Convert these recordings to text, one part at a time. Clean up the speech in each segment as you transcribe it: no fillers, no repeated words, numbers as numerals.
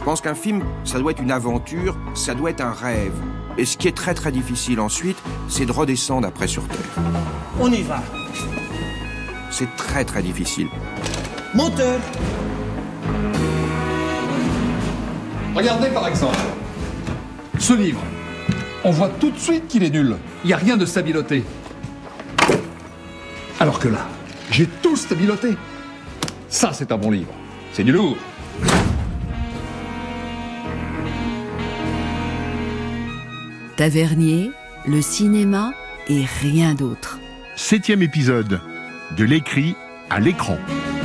Je pense qu'un film, ça doit être une aventure, ça doit être un rêve. Et ce qui est très très difficile ensuite, c'est de redescendre après sur Terre. On y va. C'est très très difficile. Moteur. Regardez par exemple, ce livre. On voit tout de suite qu'il est nul. Il n'y a rien de stabiloté. Alors que là, j'ai tout stabiloté. Ça, c'est un bon livre. C'est du lourd. Tavernier, le cinéma et rien d'autre. 7e épisode, de l'écrit à l'écran.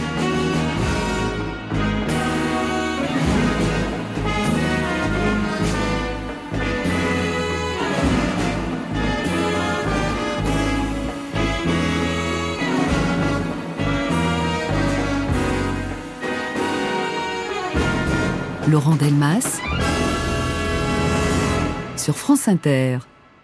Laurent Delmas sur France Inter.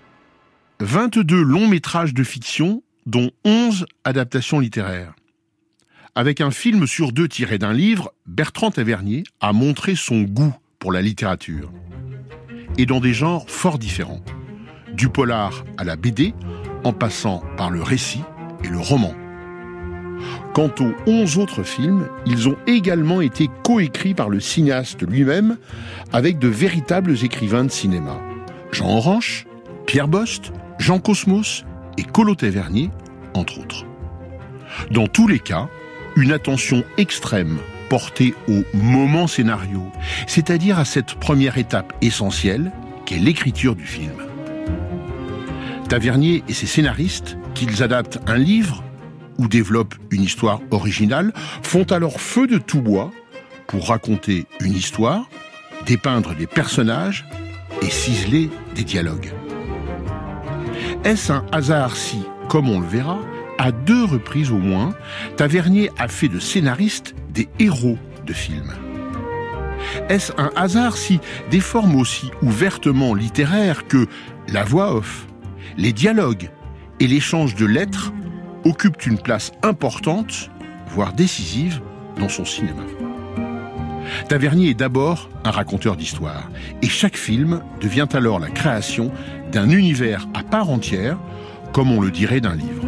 22 longs métrages de fiction, dont 11 adaptations littéraires. Avec un film sur 2 tiré d'un livre, Bertrand Tavernier a montré son goût pour la littérature. Et dans des genres fort différents. Du polar à la BD, en passant par le récit et le roman. Quant aux 11 autres films, ils ont également été coécrits par le cinéaste lui-même avec de véritables écrivains de cinéma. Jean Oranche, Pierre Bost, Jean Cosmos et Colo Tavernier, entre autres. Dans tous les cas, une attention extrême portée au moment scénario, c'est-à-dire à cette première étape essentielle qu'est l'écriture du film. Tavernier et ses scénaristes, qu'ils adaptent un livre ou développent une histoire originale, font alors feu de tout bois pour raconter une histoire, dépeindre des personnages et ciseler des dialogues. Est-ce un hasard si, comme on le verra, à 2 reprises au moins, Tavernier a fait de scénaristes des héros de films? Est-ce un hasard si des formes aussi ouvertement littéraires que la voix off, les dialogues et l'échange de lettres occupent une place importante, voire décisive, dans son cinéma? Tavernier est d'abord un raconteur d'histoire, et chaque film devient alors la création d'un univers à part entière, comme on le dirait d'un livre.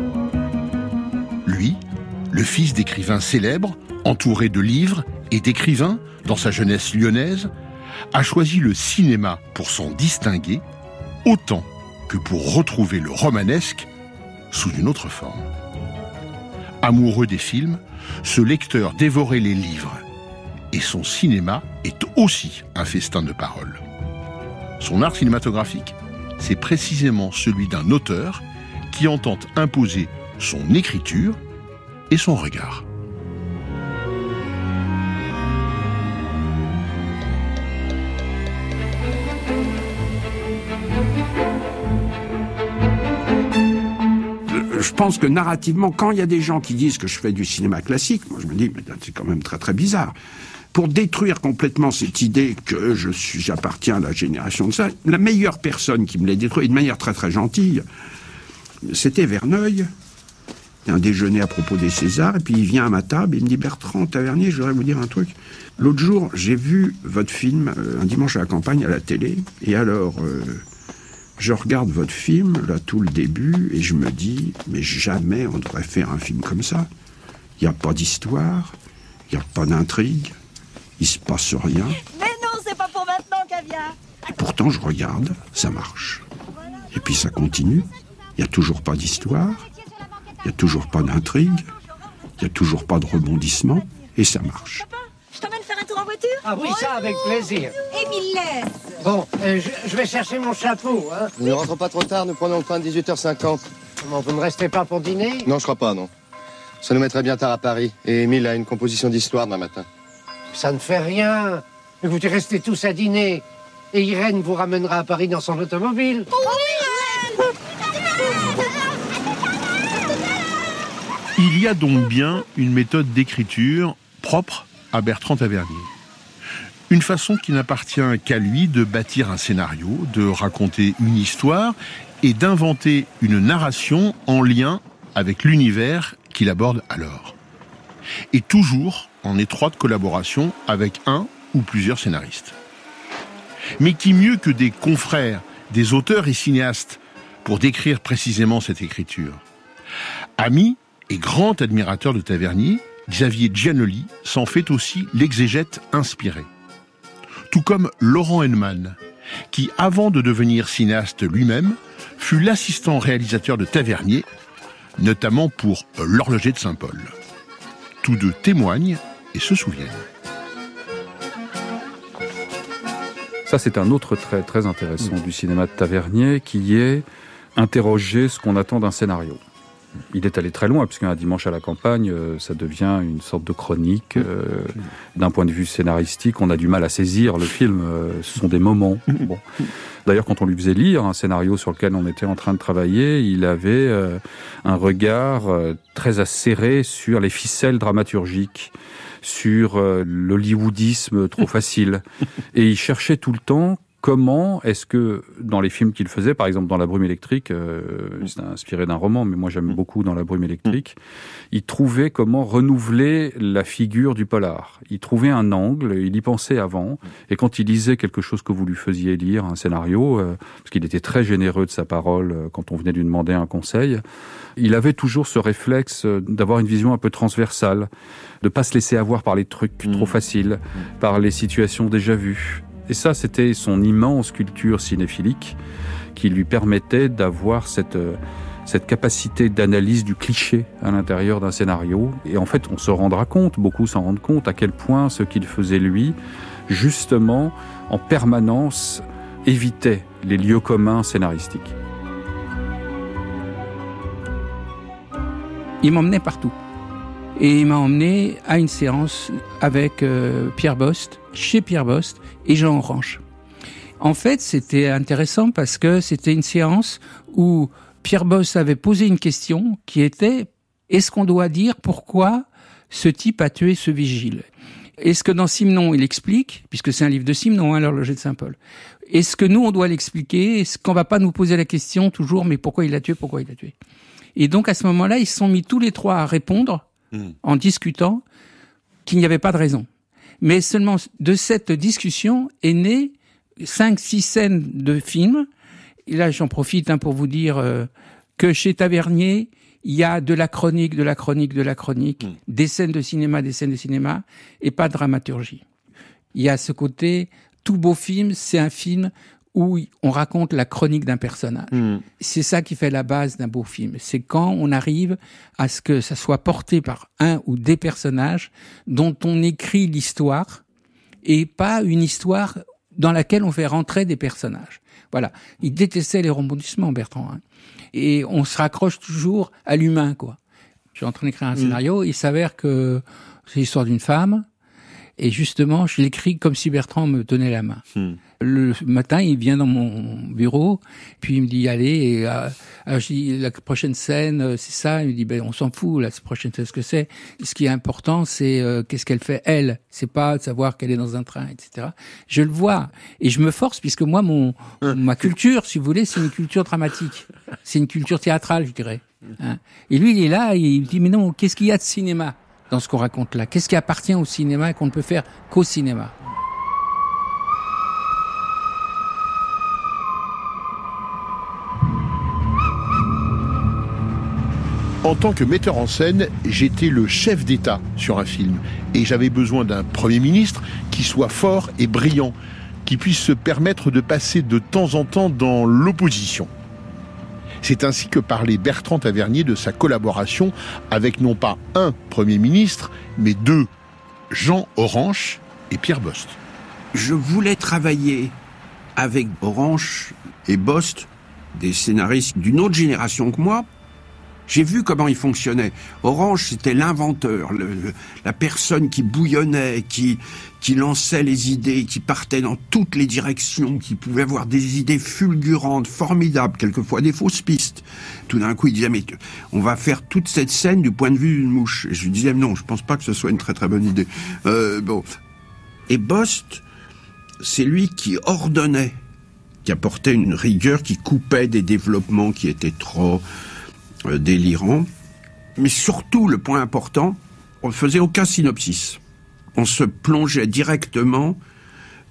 Lui, le fils d'écrivains célèbres, entouré de livres et d'écrivains dans sa jeunesse lyonnaise, a choisi le cinéma pour s'en distinguer, autant que pour retrouver le romanesque sous une autre forme. Amoureux des films, ce lecteur dévorait les livres. Et son cinéma est aussi un festin de paroles. Son art cinématographique, c'est précisément celui d'un auteur qui entend imposer son écriture et son regard. Je pense que narrativement, quand il y a des gens qui disent que je fais du cinéma classique, moi je me dis, mais c'est quand même très très bizarre. Pour détruire complètement cette idée que j'appartiens à la génération de ça, la meilleure personne qui me l'a détruit, de manière très très gentille, c'était Verneuil. Un déjeuner à propos des Césars, et puis il vient à ma table, et il me dit, Bertrand Tavernier, je voudrais vous dire un truc. L'autre jour, j'ai vu votre film, un dimanche à la campagne, à la télé, et alors... je regarde votre film, là, tout le début, et je me dis, mais jamais on devrait faire un film comme ça. Il n'y a pas d'histoire, il n'y a pas d'intrigue, il se passe rien. Mais non, c'est pas pour maintenant, Caviar. Et pourtant, je regarde, ça marche. Et puis ça continue, il n'y a toujours pas d'histoire, il n'y a toujours pas d'intrigue, il n'y a toujours pas de rebondissement, et ça marche. Je t'emmène faire un tour en voiture? Ah oui, ça avec plaisir. Émile laisse. Bon, je vais chercher mon chapeau, hein. Nous ne rentrons pas trop tard, nous prenons le train de 18h50. Comment, vous ne restez pas pour dîner? Non, je crois pas, non. Ça nous mettrait bien tard à Paris. Et Émile a une composition d'histoire demain matin. Ça ne fait rien. Vous restez tous à dîner. Et Irène vous ramènera à Paris dans son automobile. Il y a donc bien une méthode d'écriture propre à Bertrand Tavernier. Une façon qui n'appartient qu'à lui de bâtir un scénario, de raconter une histoire et d'inventer une narration en lien avec l'univers qu'il aborde alors. Et toujours en étroite collaboration avec un ou plusieurs scénaristes. Mais qui mieux que des confrères, des auteurs et cinéastes pour décrire précisément cette écriture? Ami et grand admirateur de Tavernier, Xavier Giannoli s'en fait aussi l'exégète inspiré. Tout comme Laurent Henneman, qui, avant de devenir cinéaste lui-même, fut l'assistant réalisateur de Tavernier, notamment pour L'Horloger de Saint-Paul. Tous deux témoignent et se souviennent. Ça, c'est un autre trait très intéressant du cinéma de Tavernier, qui est interroger ce qu'on attend d'un scénario. Il est allé très loin, puisqu'un dimanche à la campagne, ça devient une sorte de chronique. D'un point de vue scénaristique, on a du mal à saisir le film. Ce sont des moments. Bon. D'ailleurs, quand on lui faisait lire un scénario sur lequel on était en train de travailler, il avait un regard très acéré sur les ficelles dramaturgiques, sur l'hollywoodisme trop facile. Et il cherchait tout le temps comment est-ce que, dans les films qu'il faisait, par exemple dans La Brume électrique, c'est inspiré d'un roman, mais moi j'aime beaucoup dans La Brume électrique, il trouvait comment renouveler la figure du polar. Il trouvait un angle, il y pensait avant, et quand il lisait quelque chose que vous lui faisiez lire, un scénario, parce qu'il était très généreux de sa parole quand on venait lui demander un conseil, il avait toujours ce réflexe d'avoir une vision un peu transversale, de pas se laisser avoir par les trucs trop faciles, par les situations déjà vues. Et ça, c'était son immense culture cinéphilique qui lui permettait d'avoir cette capacité d'analyse du cliché à l'intérieur d'un scénario. Et en fait, on se rendra compte, beaucoup s'en rendent compte, à quel point ce qu'il faisait lui, justement, en permanence, évitait les lieux communs scénaristiques. Il m'emmenait partout. Et il m'a emmené à une séance avec Pierre Bost, chez Pierre Bost et Jean Orange. En fait, c'était intéressant parce que c'était une séance où Pierre Bost avait posé une question qui était « Est-ce qu'on doit dire pourquoi ce type a tué ce vigile ?» Est-ce que dans Simenon, il explique, puisque c'est un livre de Simenon, L'Horloger de Saint-Paul, est-ce que nous, on doit l'expliquer? Est-ce qu'on va pas nous poser la question toujours « Mais pourquoi il l'a tué? Pourquoi il l'a tué ?» Et donc, à ce moment-là, ils se sont mis tous les trois à répondre en discutant qu'il n'y avait pas de raison. Mais seulement de cette discussion est née 5-6 scènes de films. Et là, j'en profite pour vous dire que chez Tavernier, il y a de la chronique, des scènes de cinéma, et pas de dramaturgie. Il y a ce côté, tout beau film, c'est un film où on raconte la chronique d'un personnage. C'est ça qui fait la base d'un beau film. C'est quand on arrive à ce que ça soit porté par un ou des personnages dont on écrit l'histoire et pas une histoire dans laquelle on fait rentrer des personnages. Voilà. Il détestait les rebondissements, Bertrand. Et on se raccroche toujours à l'humain, quoi. Je suis en train d'écrire un scénario, il s'avère que c'est l'histoire d'une femme, et justement, je l'écris comme si Bertrand me tenait la main. Le matin, il vient dans mon bureau, puis il me dit, allez, et alors je dis, la prochaine scène, c'est ça. Il me dit, ben, on s'en fout, la prochaine scène, ce que c'est. Ce qui est important, c'est qu'est-ce qu'elle fait, elle. C'est pas de savoir qu'elle est dans un train, etc. Je le vois. Et je me force, puisque moi, ma culture, si vous voulez, c'est une culture dramatique. C'est une culture théâtrale, je dirais. Hein. Et lui, il est là, et il me dit, mais non, qu'est-ce qu'il y a de cinéma dans ce qu'on raconte là? Qu'est-ce qui appartient au cinéma et qu'on ne peut faire qu'au cinéma? En tant que metteur en scène, j'étais le chef d'État sur un film. Et j'avais besoin d'un Premier ministre qui soit fort et brillant, qui puisse se permettre de passer de temps en temps dans l'opposition. C'est ainsi que parlait Bertrand Tavernier de sa collaboration avec non pas un Premier ministre, mais deux, Jean Orange et Pierre Bost. Je voulais travailler avec Orange et Bost, des scénaristes d'une autre génération que moi. J'ai vu comment il fonctionnait. Orange, c'était l'inventeur, la personne qui bouillonnait, qui lançait les idées, qui partait dans toutes les directions, qui pouvait avoir des idées fulgurantes, formidables, quelquefois des fausses pistes. Tout d'un coup, il disait, mais on va faire toute cette scène du point de vue d'une mouche. Et je lui disais, non, je pense pas que ce soit une très très bonne idée. Bon. Et Bost, c'est lui qui ordonnait, qui apportait une rigueur, qui coupait des développements qui étaient trop délirant, mais surtout le point important, on ne faisait aucun synopsis. On se plongeait directement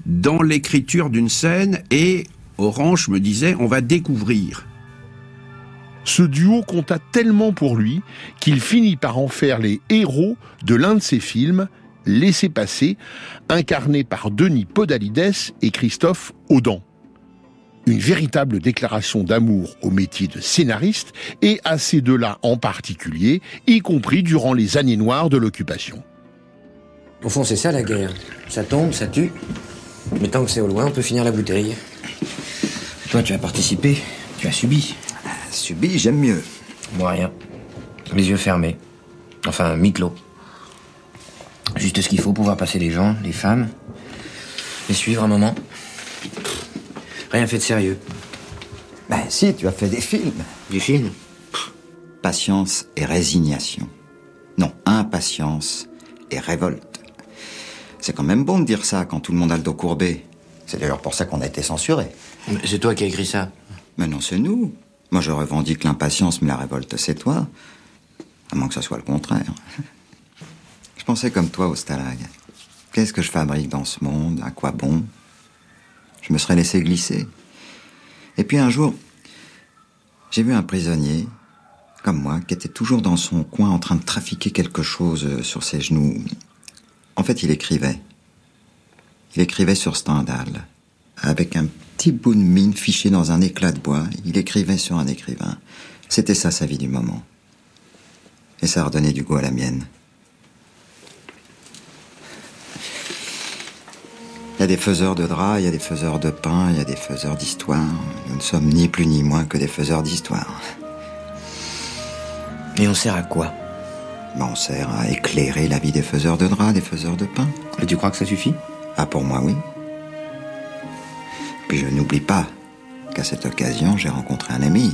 dans l'écriture d'une scène, et Orange me disait, on va découvrir. Ce duo compta tellement pour lui qu'il finit par en faire les héros de l'un de ses films, Laissez passer, incarné par Denis Podalides et Christophe Audan. Une véritable déclaration d'amour au métier de scénariste et à ces deux-là en particulier, y compris durant les années noires de l'occupation. Au fond, c'est ça la guerre. Ça tombe, ça tue. Mais tant que c'est au loin, on peut finir la bouteille. Toi, tu as participé, tu as subi. Subi, j'aime mieux. Moi, rien. Les yeux fermés. Enfin, mi-clos. Juste ce qu'il faut, pouvoir passer les gens, les femmes, les suivre un moment. Rien fait de sérieux. Ben si, tu as fait des films. Du film ? Patience et résignation. Non, impatience et révolte. C'est quand même bon de dire ça quand tout le monde a le dos courbé. C'est d'ailleurs pour ça qu'on a été censuré. C'est toi qui as écrit ça. Mais non, c'est nous. Moi, je revendique l'impatience, mais la révolte, c'est toi. À moins que ça soit le contraire. Je pensais comme toi au Stalag. Qu'est-ce que je fabrique dans ce monde ? À quoi bon ? Je me serais laissé glisser. Et puis un jour, j'ai vu un prisonnier, comme moi, qui était toujours dans son coin en train de trafiquer quelque chose sur ses genoux. En fait, il écrivait. Il écrivait sur Stendhal, avec un petit bout de mine fiché dans un éclat de bois. Il écrivait sur un écrivain. C'était ça, sa vie du moment. Et ça redonnait du goût à la mienne. Il y a des faiseurs de draps, il y a des faiseurs de pain, il y a des faiseurs d'histoire. Nous ne sommes ni plus ni moins que des faiseurs d'histoire. Et on sert à quoi ? Ben, on sert à éclairer la vie des faiseurs de draps, des faiseurs de pain. Et tu crois que ça suffit ? Ah, pour moi, oui. Puis je n'oublie pas qu'à cette occasion, j'ai rencontré un ami.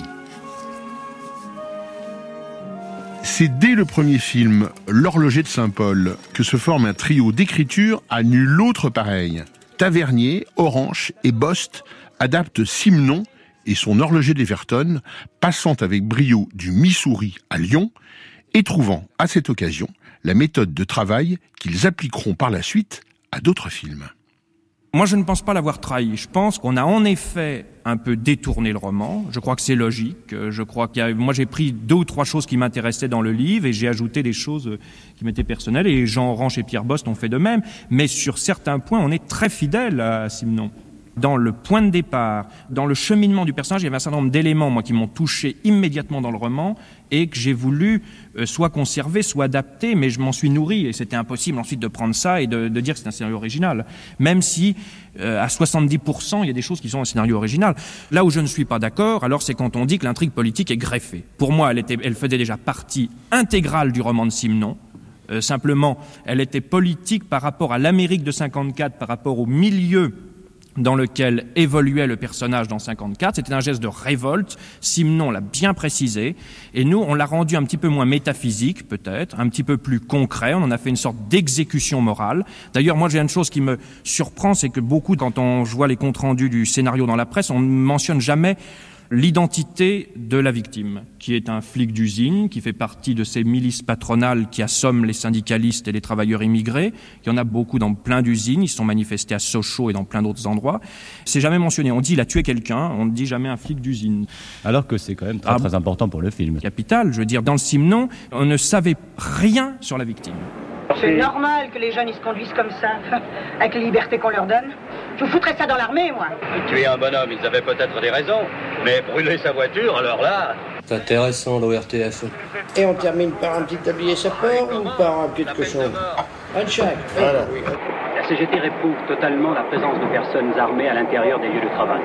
C'est dès le premier film, L'Horloger de Saint-Paul, que se forme un trio d'écriture à nul autre pareil. Tavernier, Orange et Bost adaptent Simon et son horloger d'Everton, passant avec brio du Missouri à Lyon, et trouvant à cette occasion la méthode de travail qu'ils appliqueront par la suite à d'autres films. Moi, je ne pense pas l'avoir trahi. Je pense qu'on a en effet un peu détourné le roman. Je crois que c'est logique. Je crois moi, j'ai pris 2 ou 3 choses qui m'intéressaient dans le livre et j'ai ajouté des choses qui m'étaient personnelles. Et Jean Orange et Pierre Bost ont fait de même. Mais sur certains points, on est très fidèle à Simon. Dans le point de départ, dans le cheminement du personnage, il y avait un certain nombre d'éléments, moi, qui m'ont touché immédiatement dans le roman et que j'ai voulu soit conserver, soit adapter, mais je m'en suis nourri et c'était impossible ensuite de prendre ça et de dire que c'est un scénario original. Même si, à 70%, il y a des choses qui sont un scénario original. Là où je ne suis pas d'accord, alors c'est quand on dit que l'intrigue politique est greffée. Pour moi, elle faisait déjà partie intégrale du roman de Simon. Simplement, elle était politique par rapport à l'Amérique de 54, par rapport au milieu dans lequel évoluait le personnage dans 54. C'était un geste de révolte. Simon l'a bien précisé. Et nous, on l'a rendu un petit peu moins métaphysique, peut-être, un petit peu plus concret. On en a fait une sorte d'exécution morale. D'ailleurs, moi, j'ai une chose qui me surprend, c'est que beaucoup, quand je vois les comptes rendus du scénario dans la presse, on ne mentionne jamais l'identité de la victime, qui est un flic d'usine, qui fait partie de ces milices patronales qui assomment les syndicalistes et les travailleurs immigrés. Il y en a beaucoup dans plein d'usines, ils se sont manifestés à Sochaux et dans plein d'autres endroits. C'est jamais mentionné. On dit il a tué quelqu'un, on ne dit jamais un flic d'usine. Alors que c'est quand même très important pour le film. Capital, je veux dire, dans le Simon, on ne savait rien sur la victime. C'est normal que les jeunes ils se conduisent comme ça, avec les libertés qu'on leur donne. Je vous foutrais ça dans l'armée, moi. Tuer un bonhomme, ils avaient peut-être des raisons, mais brûler sa voiture, alors là... C'est intéressant, l'ORTF. Et on termine par un petit tablier sapeur ou par un pied de cochon ? Un de chaque. Voilà. La CGT réprouve totalement la présence de personnes armées à l'intérieur des lieux de travail.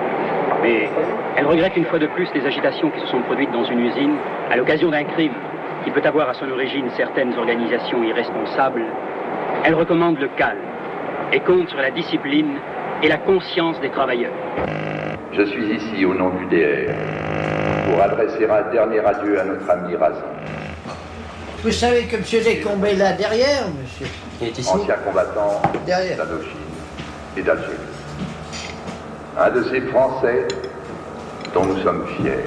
Mais elle regrette une fois de plus les agitations qui se sont produites dans une usine à l'occasion d'un crime qui peut avoir à son origine certaines organisations irresponsables. Elle recommande le calme et compte sur la discipline et la conscience des travailleurs. Je suis ici au nom du DR pour adresser un dernier adieu à notre ami Razin. Vous savez que M. Descombes est là derrière, monsieur. Il est ici. Ancien combattant d'Indochine et d'Algérie. Un de ces Français dont nous sommes fiers.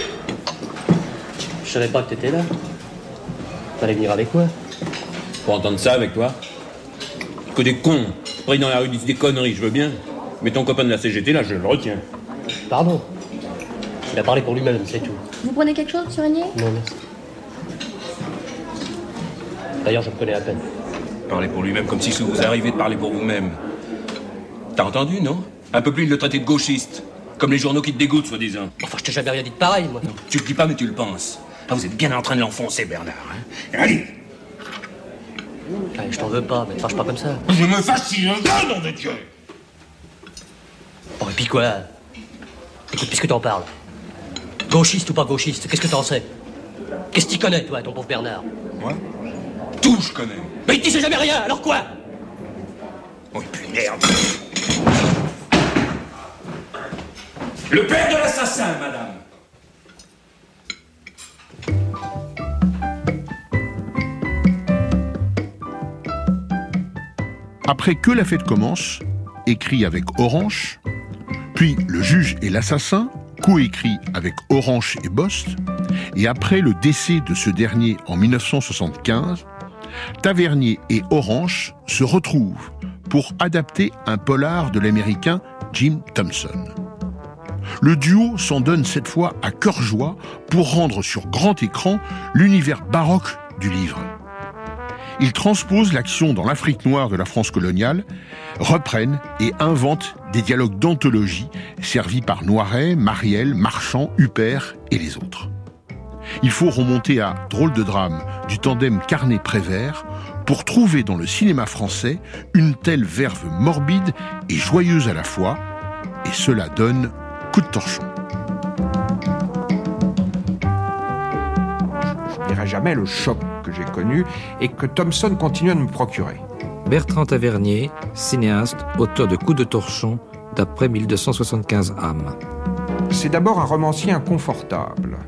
Je savais pas que t'étais là. Fallait venir avec moi. Pour entendre ça avec toi, que des cons. pris dans la rue disent des conneries, je veux bien. Mais ton copain de la CGT, là, je le retiens. Pardon. Il a parlé pour lui-même, c'est tout. Vous prenez quelque chose, monsieur Régnier? Non, merci. D'ailleurs, je me connais à peine. Parler pour lui-même comme si ça vous arrivait de parler pour vous-même. T'as entendu, non? Un peu plus, il le traitait de gauchiste. Comme les journaux qui te dégoûtent, soi-disant. Enfin, je t'ai jamais rien dit de pareil, moi. Non, tu le dis pas, mais tu le penses. Ah, vous êtes bien en train de l'enfoncer, Bernard. Hein? Allez! Allez, je t'en veux pas, mais ne fâche pas comme ça. Je me fâche si je veux, nom de Dieu! Bon, et puis quoi? Écoute, puisque t'en parles. Gauchiste ou pas gauchiste, qu'est-ce que t'en sais? Qu'est-ce que t'y connais, toi, ton pauvre Bernard? Moi? Tout, je connais. Mais il t'y sait jamais rien, alors quoi? Oh, et puis merde! Le père de l'assassin, madame! Après Que la fête commence, écrit avec Orange, puis Le juge et l'assassin, coécrit avec Orange et Bost, et après le décès de ce dernier en 1975, Tavernier et Orange se retrouvent pour adapter un polar de l'américain Jim Thompson. Le duo s'en donne cette fois à cœur joie pour rendre sur grand écran l'univers baroque du livre. Ils transposent l'action dans l'Afrique noire de la France coloniale, reprennent et inventent des dialogues d'anthologie servis par Noiret, Marielle, Marchand, Huppert et les autres. Il faut remonter à Drôle de drame du tandem Carnet-Prévert pour trouver dans le cinéma français une telle verve morbide et joyeuse à la fois, et cela donne Coup de torchon. Je ne dirai jamais le choc que j'ai connu et que Thompson continue à me procurer. Bertrand Tavernier, cinéaste, auteur de Coup de torchon, d'après 1275 âmes. C'est d'abord un romancier inconfortable.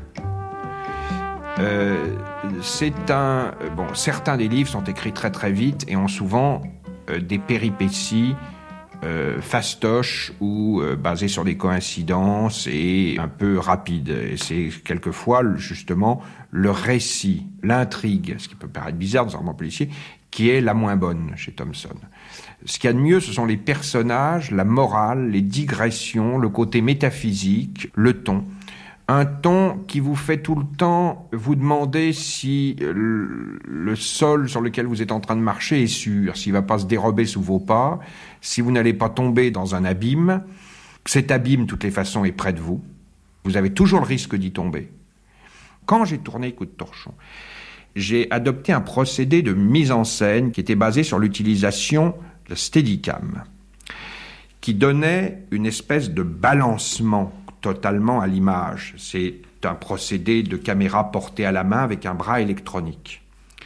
Certains des livres sont écrits très très vite et ont souvent des péripéties fastoches ou basées sur des coïncidences et un peu rapides. Et c'est quelquefois justement le récit, l'intrigue, ce qui peut paraître bizarre dans un roman policier, qui est la moins bonne chez Thompson. Ce qu'il y a de mieux, ce sont les personnages, la morale, les digressions, le côté métaphysique, le ton. Un ton qui vous fait tout le temps vous demander si le sol sur lequel vous êtes en train de marcher est sûr, s'il ne va pas se dérober sous vos pas, si vous n'allez pas tomber dans un abîme. Cet abîme, de toutes les façons, est près de vous. Vous avez toujours le risque d'y tomber. Quand j'ai tourné Coup de torchon, j'ai adopté un procédé de mise en scène qui était basé sur l'utilisation de Steadicam, qui donnait une espèce de balancement totalement à l'image. C'est un procédé de caméra portée à la main avec un bras électronique.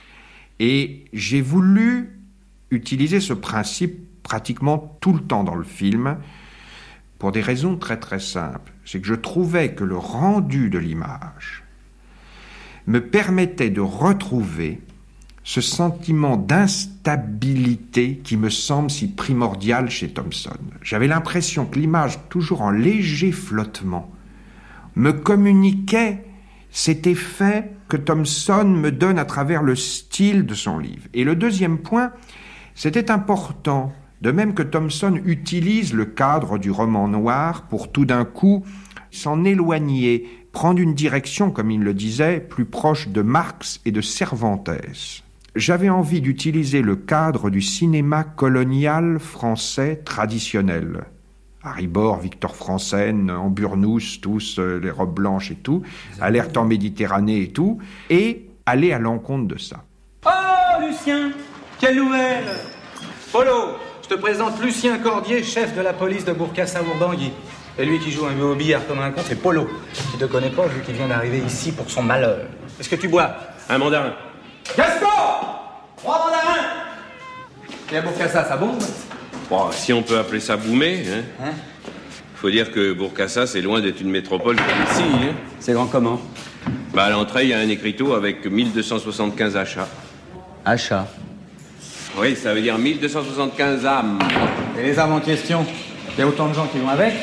Et j'ai voulu utiliser ce principe pratiquement tout le temps dans le film pour des raisons très très simples. C'est que je trouvais que le rendu de l'image me permettait de retrouver ce sentiment d'instabilité qui me semble si primordial chez Thompson. J'avais l'impression que l'image, toujours en léger flottement, me communiquait cet effet que Thompson me donne à travers le style de son livre. Et le deuxième point, c'était important, de même que Thompson utilise le cadre du roman noir pour tout d'un coup s'en éloigner, prendre une direction, comme il le disait, plus proche de Marx et de Cervantes. J'avais envie d'utiliser le cadre du cinéma colonial français traditionnel. Harry Bor, Victor Franzen, Amburnous, tous, les robes blanches et tout, Alerte en Méditerranée et tout, et aller à l'encontre de ça. Oh, Lucien, quelle nouvelle! Polo, je te présente Lucien Cordier, chef de la police de Bourcassa-Ourdangui. Et lui qui joue un peu au billard comme un con, c'est Polo, qui te connaît pas vu qu'il vient d'arriver ici pour son malheur. Qu'est-ce que tu bois? Un mandarin. Gaston! 3 mandarins! Et à Bourcassa, ça bombe? Bon, si on peut appeler ça boomer, hein. Faut dire que Bourcassa, c'est loin d'être une métropole comme ici, hein. C'est grand comment? Bah, à l'entrée, il y a un écriteau avec 1275 achats. Achats? Oui, ça veut dire 1275 âmes. Et les âmes en question? Il y a autant de gens qui vont avec?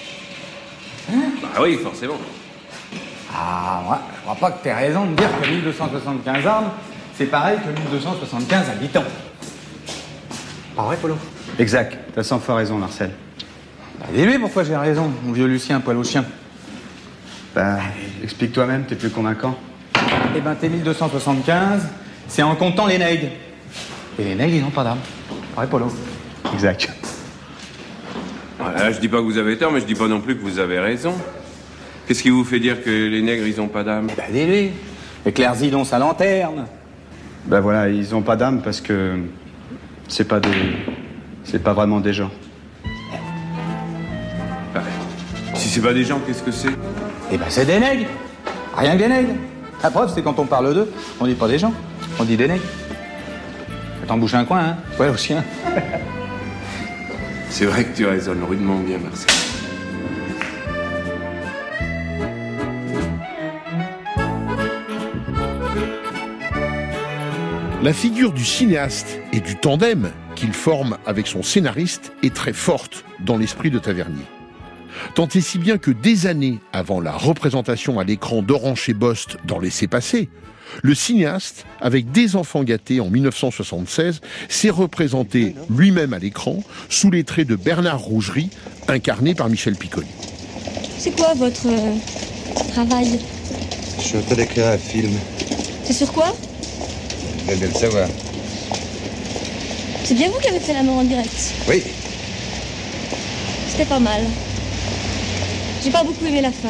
Bah oui, forcément. Ah, moi, je crois pas que t'aies raison de dire que 1275 armes, c'est pareil que 1275 habitants. Pas vrai, Polo? Exact. T'as 100 fois raison, Marcel. Bah, dis-lui pourquoi j'ai raison, mon vieux Lucien, poil au chien. Bah, explique toi-même, t'es plus convaincant. Eh ben, t'es 1275, c'est en comptant les nègres. Et les nègres, ils n'ont pas d'âme. Pas vrai, Polo? Exact. Voilà, je dis pas que vous avez tort, mais je dis pas non plus que vous avez raison. Qu'est-ce qui vous fait dire que les nègres, ils ont pas d'âme? Bah, dis-lui. Éclaircis donc sa lanterne. Bah voilà, ils ont pas d'âme parce que c'est pas vraiment des gens. Bah, si c'est pas des gens, qu'est-ce que c'est? Eh ben, c'est des nègres. Rien que des nègres. La preuve, c'est quand on parle d'eux, on dit pas des gens, on dit des nègres. T'en bouges un coin, hein? Ouais, au chien. C'est vrai que tu raisonnes rudement bien, Marcel. La figure du cinéaste et du tandem qu'il forme avec son scénariste est très forte dans l'esprit de Tavernier. Tant et si bien que des années avant la représentation à l'écran d'Orange et Bost dans Laissez-passer, le cinéaste, avec Des enfants gâtés en 1976, s'est représenté lui-même à l'écran sous les traits de Bernard Rougerie, incarné par Michel Piccoli. C'est quoi votre travail? Je suis en train d'écrire un film. C'est sur quoi? Vous allez le savoir. C'est bien vous qui avez fait la mort en direct? Oui. C'était pas mal. J'ai pas beaucoup aimé la fin.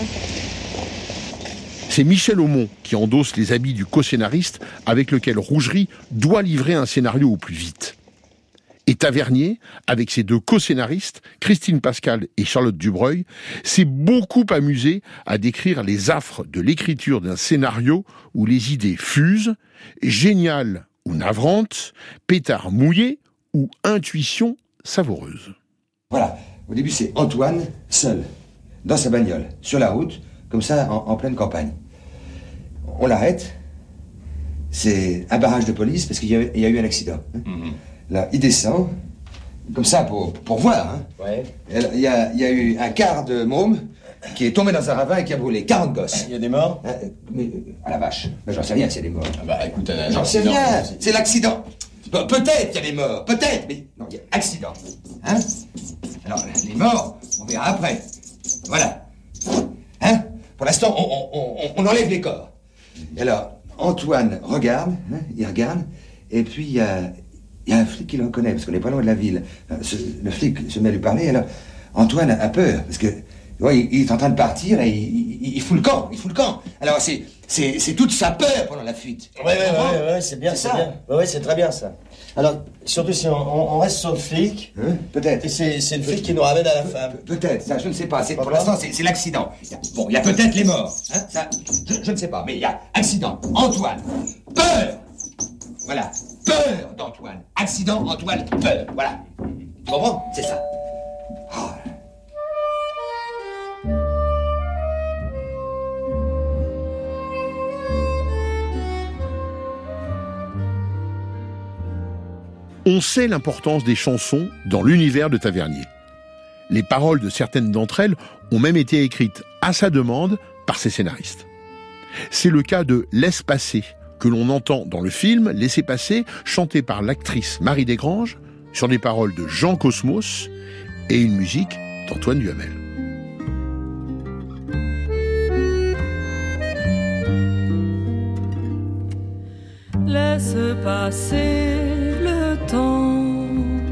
C'est Michel Aumont qui endosse les habits du co-scénariste avec lequel Rougerie doit livrer un scénario au plus vite. Et Tavernier, avec ses deux co-scénaristes, Christine Pascal et Charlotte Dubreuil, s'est beaucoup amusé à décrire les affres de l'écriture d'un scénario où les idées fusent, géniales ou navrantes, pétard mouillé ou intuition savoureuse. Voilà, au début c'est Antoine, seul, dans sa bagnole, sur la route, comme ça, en pleine campagne. On l'arrête, c'est un barrage de police parce qu'il y a eu un accident. Hein. Là, il descend, comme ça, pour voir. Hein. Ouais. Il y a eu un quart de môme qui est tombé dans un ravin et qui a brûlé 40 gosses. Il y a des morts? Mais, à la vache, mais j'en sais rien s'il y a des morts. Ah bah écoute, j'en sais rien, c'est l'accident. Peut-être qu'il y a des morts, peut-être, mais non, il y a accident. Hein? Alors, les morts, on verra après. Voilà. Hein? Pour l'instant, on enlève les corps. Et alors, Antoine regarde, hein, il regarde, et puis il y a un flic qui le reconnaît, parce qu'on n'est pas loin de la ville. Le flic se met à lui parler, alors Antoine a peur, parce que ouais, il est en train de partir et il fout le camp, Alors c'est toute sa peur pendant la fuite. Ouais, c'est bien, c'est bien. Ouais, c'est très bien ça. Alors, surtout si on reste sur le flic. Hein? Peut-être. Et c'est le flic qui nous ramène à la femme. Peut-être, ça, je ne sais pas. Pour l'instant, c'est l'accident. Bon, il y a peut-être les morts. Hein? Ça, je ne sais pas, mais il y a accident. Antoine, peur. Voilà, peur d'Antoine. Accident, Antoine, peur. Voilà. Tu comprends? C'est ça. Oh. On sait l'importance des chansons dans l'univers de Tavernier. Les paroles de certaines d'entre elles ont même été écrites à sa demande par ses scénaristes. C'est le cas de Laisse passer, que l'on entend dans le film Laissez passer, chanté par l'actrice Marie Desgranges, sur des paroles de Jean Cosmos et une musique d'Antoine Duhamel. Laisse passer le temps,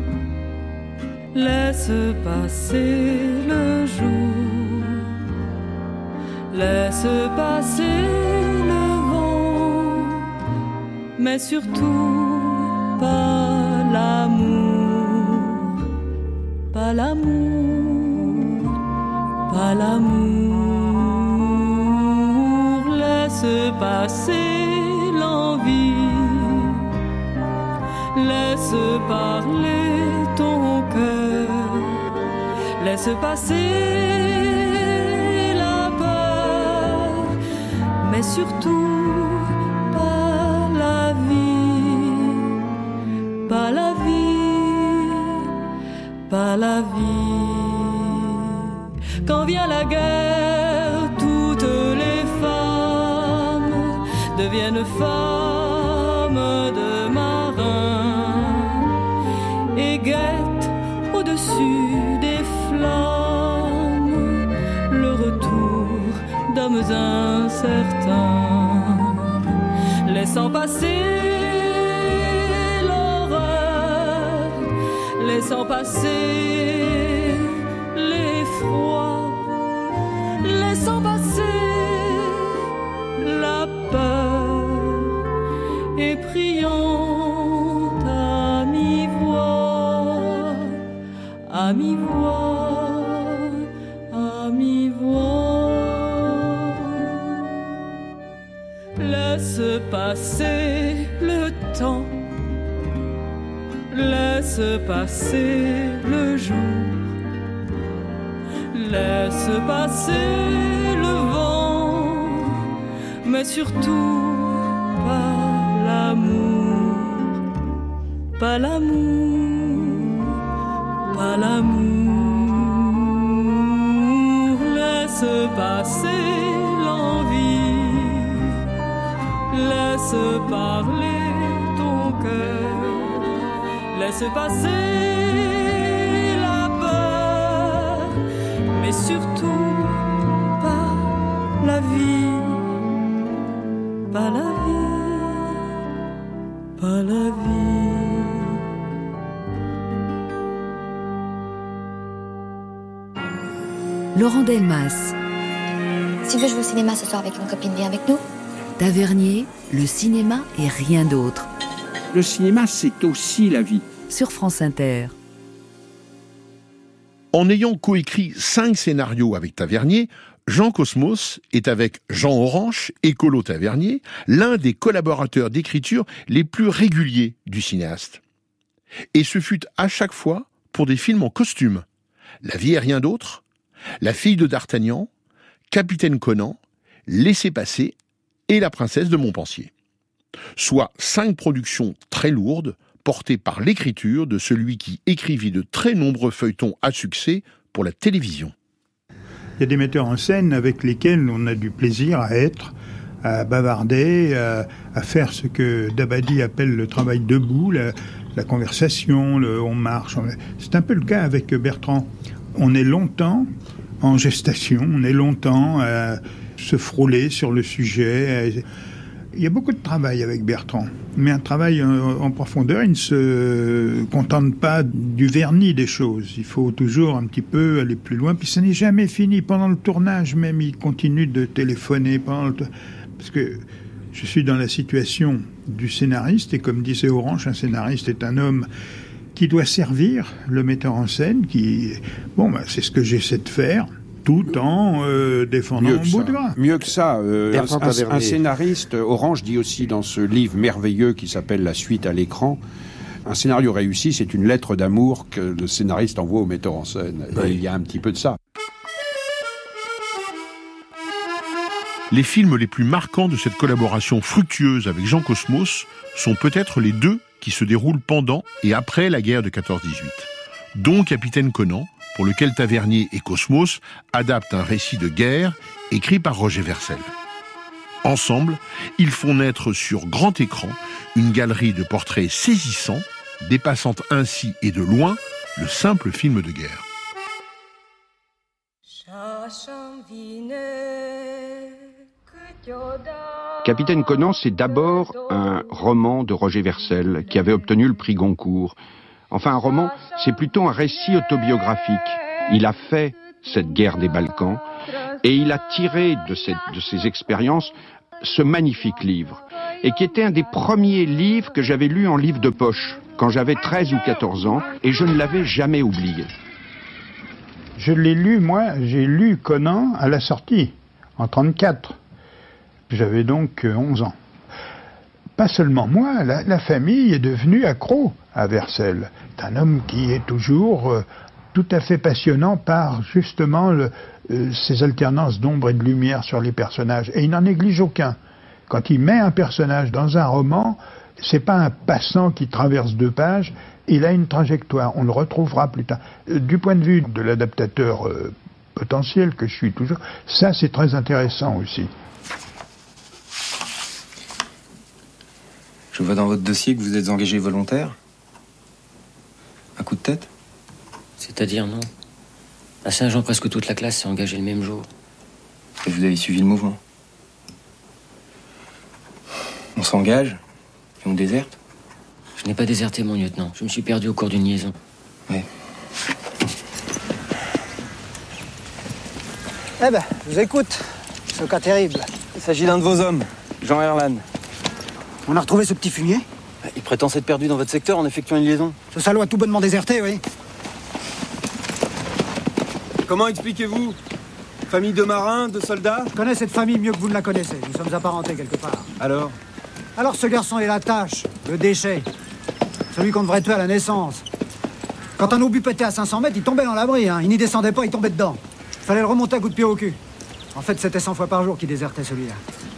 laisse passer le jour, laisse passer le vent, mais surtout pas l'amour, pas l'amour, pas l'amour, laisse passer l'envie. Laisse parler ton cœur, laisse passer la peur, mais surtout pas la vie, pas la vie, pas la vie. Quand vient la guerre, toutes les femmes deviennent femmes de marins. Et guette au-dessus des flammes le retour d'hommes incertains, laissant passer l'horreur, laissant passer l'effroi, laissant passer la peur et priant à mi-voix, à mi-voix, à mi-voix. Laisse passer le temps, laisse passer le jour, laisse passer le vent, mais surtout pas l'amour, pas l'amour, pas l'amour. Laisse passer l'envie, laisse parler ton cœur, laisse passer la peur, mais surtout pas la vie, pas la vie, pas la vie. Laurent Delmas. Si tu veux jouer au cinéma ce soir avec une copine, viens avec nous. Tavernier, le cinéma et rien d'autre. Le cinéma, c'est aussi la vie. Sur France Inter. En ayant coécrit 5 scénarios avec Tavernier, Jean Cosmos est avec Jean Orange et Colo Tavernier l'un des collaborateurs d'écriture les plus réguliers du cinéaste. Et ce fut à chaque fois pour des films en costume. La vie et rien d'autre, La fille de D'Artagnan, Capitaine Conan, Laissez-passer et La princesse de Montpensier. Soit 5 productions très lourdes portées par l'écriture de celui qui écrivit de très nombreux feuilletons à succès pour la télévision. Il y a des metteurs en scène avec lesquels on a du plaisir à être, à bavarder, à faire ce que Dabadi appelle le travail debout, la conversation, on marche. C'est un peu le cas avec Bertrand. On est longtemps en gestation, on est longtemps à se frôler sur le sujet. Il y a beaucoup de travail avec Bertrand, mais un travail en profondeur. Il ne se contente pas du vernis des choses. Il faut toujours un petit peu aller plus loin. Puis ça n'est jamais fini. Pendant le tournage même, il continue de téléphoner. Parce que je suis dans la situation du scénariste. Et comme disait Orange, un scénariste est un homme qui doit servir le metteur en scène. C'est ce que j'essaie de faire, tout en défendant mon bout de gras. Mieux que ça, un scénariste, Orange dit aussi dans ce livre merveilleux qui s'appelle La suite à l'écran, un scénario réussi, c'est une lettre d'amour que le scénariste envoie au metteur en scène. Oui. Et il y a un petit peu de ça. Les films les plus marquants de cette collaboration fructueuse avec Jean Cosmos sont peut-être les 2 qui se déroulent pendant et après la guerre de 14-18, dont Capitaine Conan, pour lequel Tavernier et Cosmos adaptent un récit de guerre écrit par Roger Vercel. Ensemble, ils font naître sur grand écran une galerie de portraits saisissants, dépassant ainsi et de loin le simple film de guerre. Capitaine Conan, c'est d'abord un roman de Roger Vercel qui avait obtenu le prix Goncourt. Enfin, un roman, c'est plutôt un récit autobiographique. Il a fait cette guerre des Balkans et il a tiré de ses expériences ce magnifique livre, et qui était un des premiers livres que j'avais lu en livre de poche, quand j'avais 13 ou 14 ans, et je ne l'avais jamais oublié. Je l'ai lu, moi, j'ai lu Conan à la sortie, en 1934. J'avais donc 11 ans. Pas seulement moi, la famille est devenue accro à Vercel. C'est un homme qui est toujours tout à fait passionnant par justement ces alternances d'ombre et de lumière sur les personnages. Et il n'en néglige aucun. Quand il met un personnage dans un roman, c'est pas un passant qui traverse 2 pages, il a une trajectoire, on le retrouvera plus tard. Du point de vue de l'adaptateur potentiel que je suis toujours, ça c'est très intéressant aussi. Je vois dans votre dossier que vous êtes engagé volontaire. Un coup de tête? C'est-à-dire, non. À Saint-Jean, presque toute la classe s'est engagée le même jour. Et vous avez suivi le mouvement? On s'engage et on déserte? Je n'ai pas déserté, mon lieutenant. Je me suis perdu au cours d'une liaison. Oui. Eh ben, je vous écoute. C'est un cas terrible. Il s'agit d'un de vos hommes, Jean Erlan. On a retrouvé ce petit fumier? Il prétend s'être perdu dans votre secteur en effectuant une liaison. Ce salaud a tout bonnement déserté, oui. Comment expliquez-vous? Famille de marins, de soldats? Je connais cette famille mieux que vous ne la connaissez. Nous sommes apparentés quelque part. Alors ce garçon est la tâche, le déchet. Celui qu'on devrait tuer à la naissance. Quand un obus pétait à 500 mètres, il tombait dans l'abri, hein. Il n'y descendait pas, il tombait dedans. Il fallait le remonter à coup de pied au cul. En fait, c'était 100 fois par jour qu'il désertait celui-là.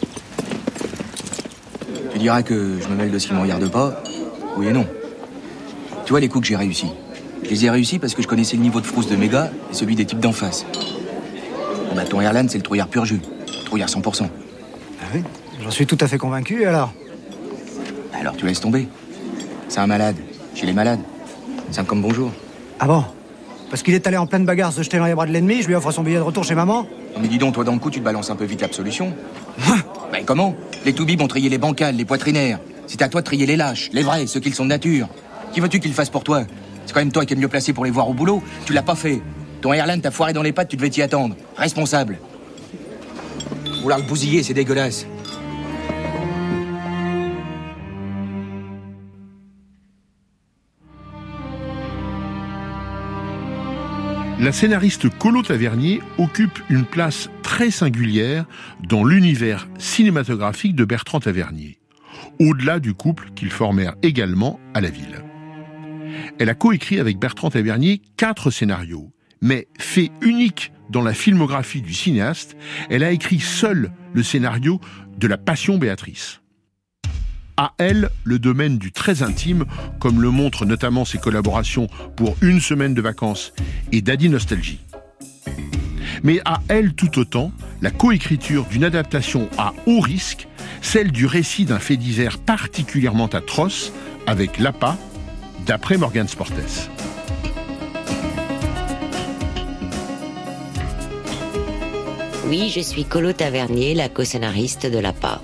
Tu diras que je me mêle de ce qui ne me regarde pas? Oui et non. Tu vois les coups que j'ai réussi. Je les ai réussis parce que je connaissais le niveau de frousse de mes gars et celui des types d'en face. Bah, ton Erlan, c'est le trouillard pur jus. Trouillard 100%. Ah oui? J'en suis tout à fait convaincu, alors. Alors tu laisses tomber. C'est un malade. Chez les malades. C'est un comme bonjour. Ah bon? Parce qu'il est allé en pleine bagarre se jeter dans les bras de l'ennemi, je lui offre son billet de retour chez maman? Non mais dis donc, toi dans le coup, tu te balances un peu vite l'absolution. Ben comment? Les toubibs ont trié les bancals, les poitrinaires. C'est à toi de trier les lâches, les vrais, ceux qui le sont de nature. Qui veux-tu qu'ils fassent pour toi? C'est quand même toi qui es le mieux placé pour les voir au boulot. Tu l'as pas fait. Ton Erlan t'a foiré dans les pattes, tu devais t'y attendre. Responsable. Vouloir le bousiller, c'est dégueulasse. La scénariste Colo Tavernier occupe une place très singulière dans l'univers cinématographique de Bertrand Tavernier, au-delà du couple qu'ils formèrent également à la ville. Elle a coécrit avec Bertrand Tavernier 4 scénarios, mais fait unique dans la filmographie du cinéaste, elle a écrit seule le scénario de La Passion Béatrice. À elle, le domaine du très intime, comme le montrent notamment ses collaborations pour Une semaine de vacances et Daddy Nostalgie. Mais à elle tout autant, la coécriture d'une adaptation à haut risque, celle du récit d'un fait divers particulièrement atroce, avec l'APA, d'après Morgan Sportes. Oui, je suis Colo Tavernier, la co-scénariste de l'APA.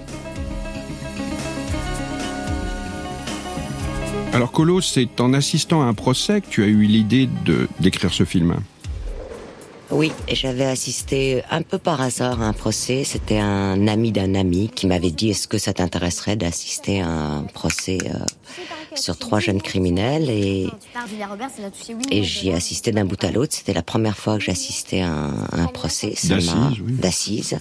Alors Colo, c'est en assistant à un procès que tu as eu l'idée d'écrire ce film. Oui, j'avais assisté un peu par hasard à un procès. C'était un ami d'un ami qui m'avait dit « Est-ce que ça t'intéresserait d'assister à un procès sur 3 jeunes criminels ?» Et j'y ai assisté d'un bout à l'autre. C'était la première fois que j'assistais à un procès d'assises.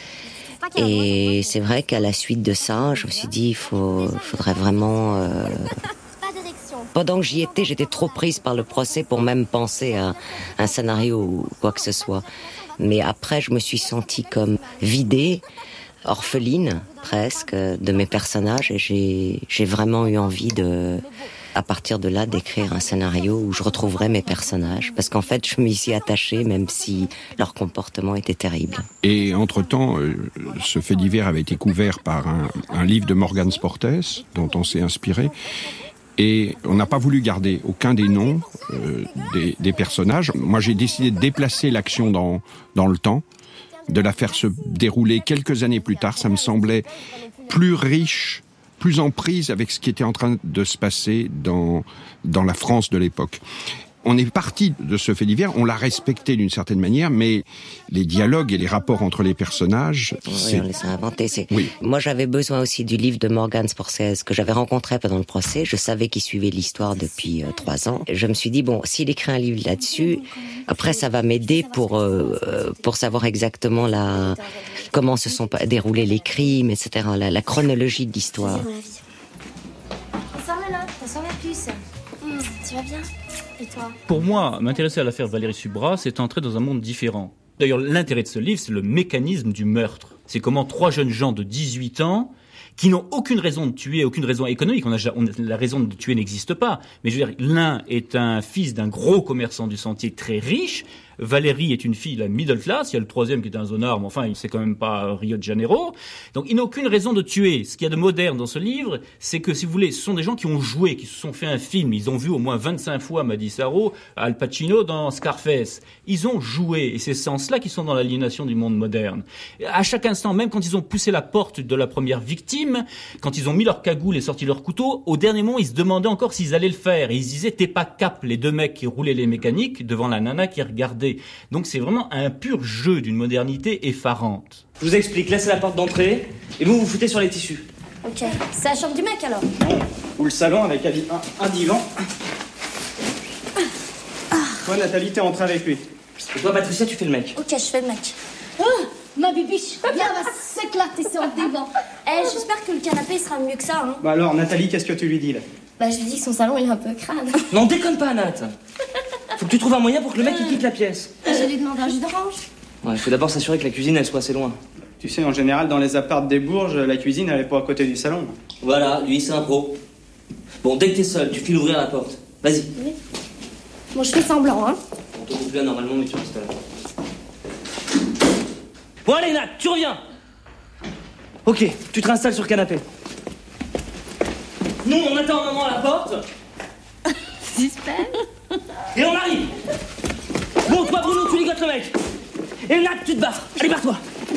Et c'est vrai qu'à la suite de ça, je me suis dit « Il faudrait vraiment... Pendant que j'y étais, j'étais trop prise par le procès pour même penser à un scénario ou quoi que ce soit. Mais après, je me suis sentie comme vidée, orpheline presque, de mes personnages. Et j'ai vraiment eu envie à partir de là, d'écrire un scénario où je retrouverais mes personnages. Parce qu'en fait, je m'y suis attachée, même si leur comportement était terrible. Et entre-temps, ce fait divers avait été couvert par un livre de Morgan Sportes, dont on s'est inspiré. Et on n'a pas voulu garder aucun des noms des personnages. Moi, j'ai décidé de déplacer l'action dans le temps, de la faire se dérouler quelques années plus tard. Ça me semblait plus riche, plus en prise avec ce qui était en train de se passer dans la France de l'époque. On est parti de ce fait divers, on l'a respecté d'une certaine manière, mais les dialogues et les rapports entre les personnages... Oui, on les a inventés. Oui. Moi, j'avais besoin aussi du livre de Morgan Sportes que j'avais rencontré pendant le procès. Je savais qu'il suivait l'histoire depuis 3 ans. Je me suis dit, bon, s'il écrit un livre là-dessus, après, ça va m'aider pour savoir exactement comment se sont déroulés les crimes, etc., la chronologie de l'histoire. Bonsoir, Lola. Bonsoir, Marcus. Tu vas bien? Et toi? Pour moi, m'intéresser à l'affaire Valérie Subra, c'est entrer dans un monde différent. D'ailleurs, l'intérêt de ce livre, c'est le mécanisme du meurtre. C'est comment 3 jeunes gens de 18 ans, qui n'ont aucune raison de tuer, aucune raison économique, la raison de tuer n'existe pas, mais je veux dire, l'un est un fils d'un gros commerçant du sentier très riche, Valérie est une fille, la middle class. Il y a le troisième qui est un zonard, mais enfin, c'est quand même pas Rio de Janeiro. Donc, il n'a aucune raison de tuer. Ce qu'il y a de moderne dans ce livre, c'est que, si vous voulez, ce sont des gens qui ont joué, qui se sont fait un film. Ils ont vu au moins 25 fois Madi Saro, Al Pacino dans Scarface. Ils ont joué. Et c'est en cela qu'ils sont dans l'aliénation du monde moderne. À chaque instant, même quand ils ont poussé la porte de la première victime, quand ils ont mis leur cagoule et sorti leur couteau, au dernier moment, ils se demandaient encore s'ils allaient le faire. Et ils se disaient, t'es pas cap, les deux mecs qui roulaient les mécaniques devant la nana qui regardait. Donc c'est vraiment un pur jeu d'une modernité effarante. Je vous explique, là c'est la porte d'entrée, et vous vous foutez sur les tissus. Ok, c'est la chambre du mec alors. Ou le salon avec un divan. Toi Nathalie, t'es entrée avec lui. Et toi Patricia, tu fais le mec. Ok, je fais le mec. Oh, ma bibiche, viens, on va s'éclater sur le divan. J'espère que le canapé sera mieux que ça, hein. Bah alors Nathalie, qu'est-ce que tu lui dis là? Bah je lui dis que son salon il est un peu crade. Non, déconne pas Nat. Faut que tu trouves un moyen pour que le mec il quitte la pièce. Je lui demande un jus d'orange. Ouais, il faut d'abord s'assurer que la cuisine elle soit assez loin. Tu sais, en général, dans les apparts des Bourges, la cuisine elle est pas à côté du salon. Voilà, lui c'est un pro. Bon, dès que t'es seul, tu files ouvrir la porte. Vas-y. Oui. Bon, je fais semblant, hein. On te coupe là normalement, mais tu restes là. Bon allez Nat, tu reviens. Ok, tu te réinstalles sur le canapé. Nous, on attend un moment à la porte. Suspense. Et on arrive. Bon, toi Bruno, tu ligotes le mec. Et Nat, tu te baffes. Allez, barre-toi.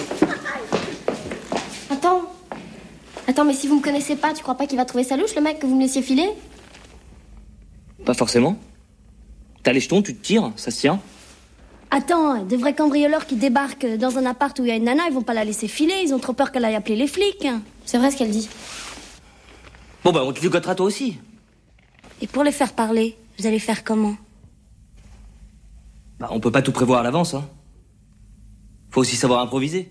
Attends, mais si vous me connaissez pas, tu crois pas qu'il va trouver ça louche, le mec, que vous me laissiez filer? Pas forcément. T'as les jetons, tu te tires, ça se tient. Attends, des vrais cambrioleurs qui débarquent dans un appart où il y a une nana, ils vont pas la laisser filer, ils ont trop peur qu'elle aille appeler les flics. C'est vrai ce qu'elle dit. Bon bah, on te ligotera toi aussi. Et pour les faire parler, vous allez faire comment? Bah, on peut pas tout prévoir à l'avance, hein. Faut aussi savoir improviser.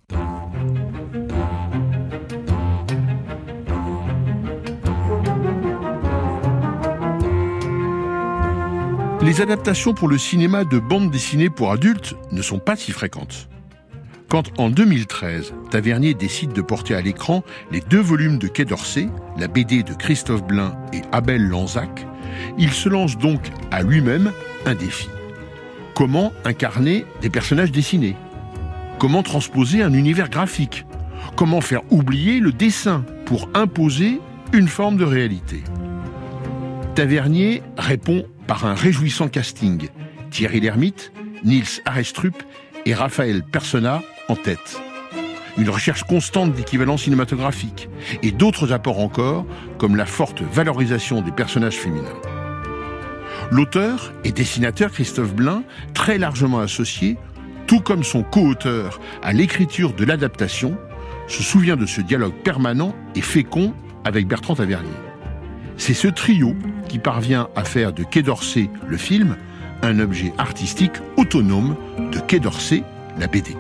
Les adaptations pour le cinéma de bandes dessinées pour adultes ne sont pas si fréquentes. Quand, en 2013, Tavernier décide de porter à l'écran les 2 volumes de Quai d'Orsay, la BD de Christophe Blain et Abel Lanzac, il se lance donc à lui-même un défi. Comment incarner des personnages dessinés? Comment transposer un univers graphique? Comment faire oublier le dessin pour imposer une forme de réalité? Tavernier répond par un réjouissant casting. Thierry Lhermitte, Niels Arestrup et Raphaël Persona en tête. Une recherche constante d'équivalents cinématographiques et d'autres apports encore, comme la forte valorisation des personnages féminins. L'auteur et dessinateur Christophe Blain, très largement associé, tout comme son co-auteur à l'écriture de l'adaptation, se souvient de ce dialogue permanent et fécond avec Bertrand Tavernier. C'est ce trio qui parvient à faire de Quai d'Orsay, le film, un objet artistique autonome de Quai d'Orsay, la BD.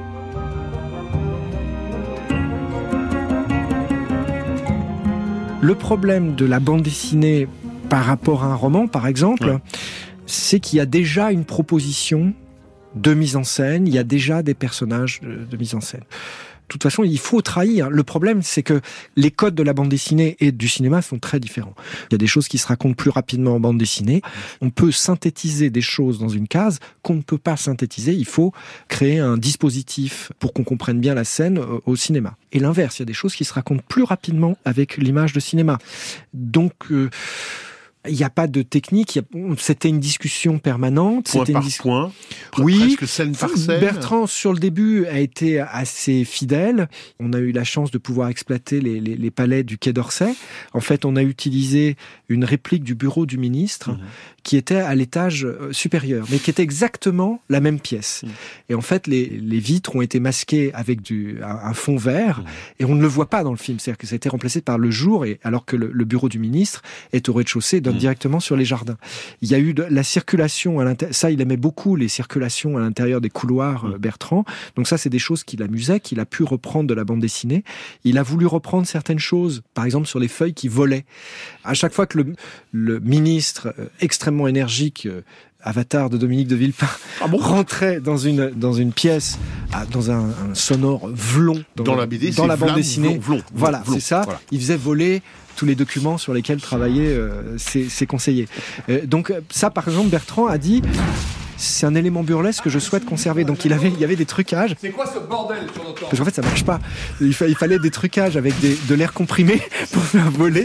Le problème de la bande dessinée par rapport à un roman, par exemple, c'est qu'il y a déjà une proposition de mise en scène, il y a déjà des personnages de mise en scène. De toute façon, il faut trahir. Le problème, c'est que les codes de la bande dessinée et du cinéma sont très différents. Il y a des choses qui se racontent plus rapidement en bande dessinée. On peut synthétiser des choses dans une case qu'on ne peut pas synthétiser. Il faut créer un dispositif pour qu'on comprenne bien la scène au cinéma. Et l'inverse, il y a des choses qui se racontent plus rapidement avec l'image de cinéma. Donc, il n'y a pas de technique, c'était une discussion permanente. Point par point, oui, presque scène par scène. Bertrand, sur le début, a été assez fidèle. On a eu la chance de pouvoir exploiter les palais du Quai d'Orsay. En fait, on a utilisé une réplique du bureau du ministre qui était à l'étage supérieur, mais qui était exactement la même pièce. Et en fait, les vitres ont été masquées avec un fond vert, et on ne le voit pas dans le film. C'est-à-dire que ça a été remplacé par le jour, et alors que le bureau du ministre est au rez-de-chaussée, directement sur les jardins. Il y a eu de la circulation à l'intérieur. Ça, il aimait beaucoup les circulations à l'intérieur des couloirs, Bertrand. Donc ça, c'est des choses qui l'amusaient, qu'il a pu reprendre de la bande dessinée. Il a voulu reprendre certaines choses, par exemple sur les feuilles qui volaient. À chaque fois que le ministre, extrêmement énergique, Avatar de Dominique de Villepin, rentrait dans une pièce, dans un sonore vlon, dans la BD, dans la bande dessinée. Vlon, voilà, c'est ça. Voilà. Il faisait voler tous les documents sur lesquels travaillaient ses conseillers. Donc ça, par exemple, Bertrand a dit, c'est un élément burlesque que je souhaite conserver. Donc il y avait des trucages. C'est quoi ce bordel sur notre Parce qu'en fait, ça marche pas. Il fallait des trucages avec de l'air comprimé pour faire voler.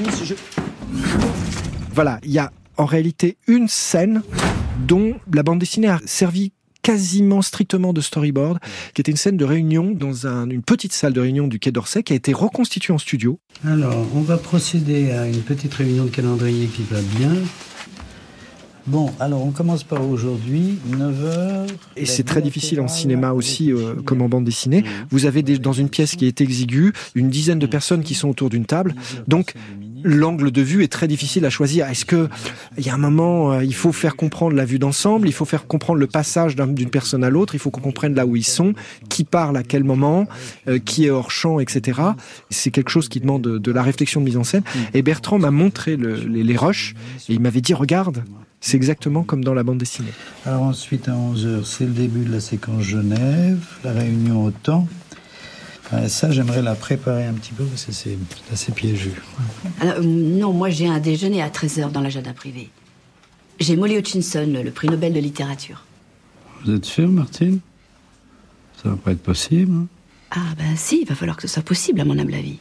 Voilà, il y a en réalité une scène dont la bande dessinée a servi quasiment strictement de storyboard, qui était une scène de réunion dans une petite salle de réunion du Quai d'Orsay qui a été reconstituée en studio. Alors, on va procéder à une petite réunion de calendrier qui va bien. Bon, alors on commence par aujourd'hui, 9h. Et c'est très difficile en cinéma aussi, comme en bande dessinée. Vous avez dans une pièce qui est exiguë, une dizaine de personnes qui sont autour d'une table. Donc, l'angle de vue est très difficile à choisir. Est-ce que il y a un moment, il faut faire comprendre la vue d'ensemble, il faut faire comprendre le passage d'une personne à l'autre, il faut qu'on comprenne là où ils sont, qui parle à quel moment, qui est hors champ, etc. C'est quelque chose qui demande de la réflexion de mise en scène. Et Bertrand m'a montré les rushs et il m'avait dit, regarde, c'est exactement comme dans la bande dessinée. Alors ensuite, à 11h, c'est le début de la séquence Genève, la réunion au temps. Ça, j'aimerais la préparer un petit peu parce que c'est assez piégeux. Alors, non, moi j'ai un déjeuner à 13h dans l'agenda privé. J'ai Molly Hutchinson, le prix Nobel de littérature. Vous êtes sûr, Martine? Ça va pas être possible, hein? Ah ben si, il va falloir que ce soit possible, à mon humble avis.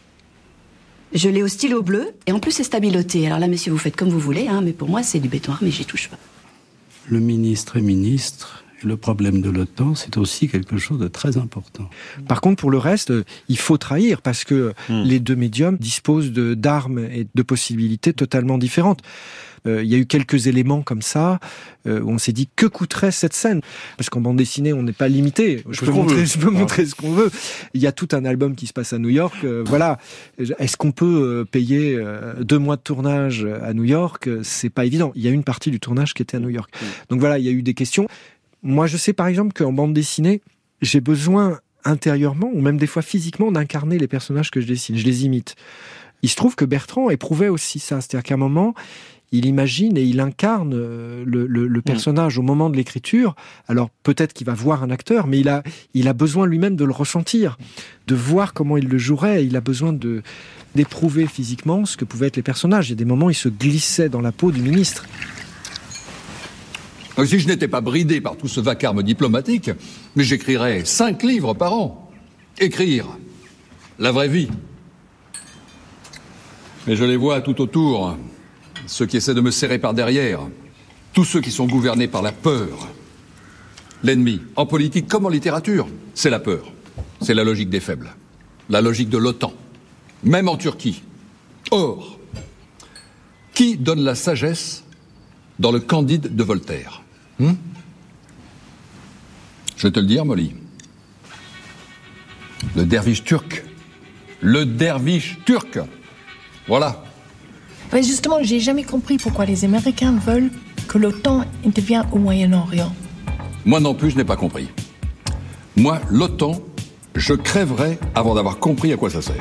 Je l'ai au stylo bleu, et en plus c'est stabiloté. Alors là, messieurs, vous faites comme vous voulez, hein, mais pour moi c'est du béton armé, j'y touche pas. Le ministre est ministre, et le problème de l'OTAN, c'est aussi quelque chose de très important. Par contre, pour le reste, il faut trahir, parce que les deux médiums disposent d'armes et de possibilités totalement différentes. Il y a eu quelques éléments comme ça, où on s'est dit, que coûterait cette scène? Parce qu'en bande dessinée, on n'est pas limité. Je peux montrer ce qu'on veut. Il y a tout un album qui se passe à New York. Voilà. Est-ce qu'on peut payer 2 mois de tournage à New York? C'est pas évident. Il y a une partie du tournage qui était à New York. Donc voilà, il y a eu des questions. Moi, je sais par exemple qu'en bande dessinée, j'ai besoin intérieurement, ou même des fois physiquement, d'incarner les personnages que je dessine. Je les imite. Il se trouve que Bertrand éprouvait aussi ça. C'est-à-dire qu'à un moment, il imagine et il incarne le personnage au moment de l'écriture. Alors peut-être qu'il va voir un acteur, mais il a besoin lui-même de le ressentir, de voir comment il le jouerait. Il a besoin d'éprouver physiquement ce que pouvaient être les personnages. Il y a des moments où il se glissait dans la peau du ministre. Si je n'étais pas bridé par tout ce vacarme diplomatique, mais j'écrirais 5 livres par an. Écrire. La vraie vie. Mais je les vois tout autour. Ceux qui essaient de me serrer par derrière. Tous ceux qui sont gouvernés par la peur. L'ennemi, en politique comme en littérature, c'est la peur. C'est la logique des faibles. La logique de l'OTAN. Même en Turquie. Or, qui donne la sagesse dans le Candide de Voltaire? Je vais te le dire, Molly. Le derviche turc. Le derviche turc. Voilà. Mais justement, j'ai jamais compris pourquoi les Américains veulent que l'OTAN intervienne au Moyen-Orient. Moi non plus, je n'ai pas compris. Moi, l'OTAN, je crèverais avant d'avoir compris à quoi ça sert.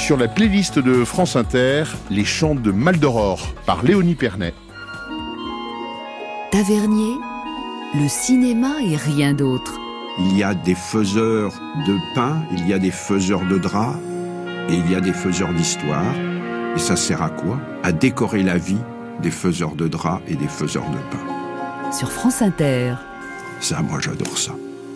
sur la playlist de France Inter, Les Chants de Maldoror par Léonie Pernet. Tavernier, le cinéma et rien d'autre. Il y a des faiseurs de pain, il y a des faiseurs de draps, et il y a des faiseurs d'histoire. Et ça sert à quoi? À décorer la vie des faiseurs de draps et des faiseurs de pain. Sur France Inter. Ça, moi, j'adore ça.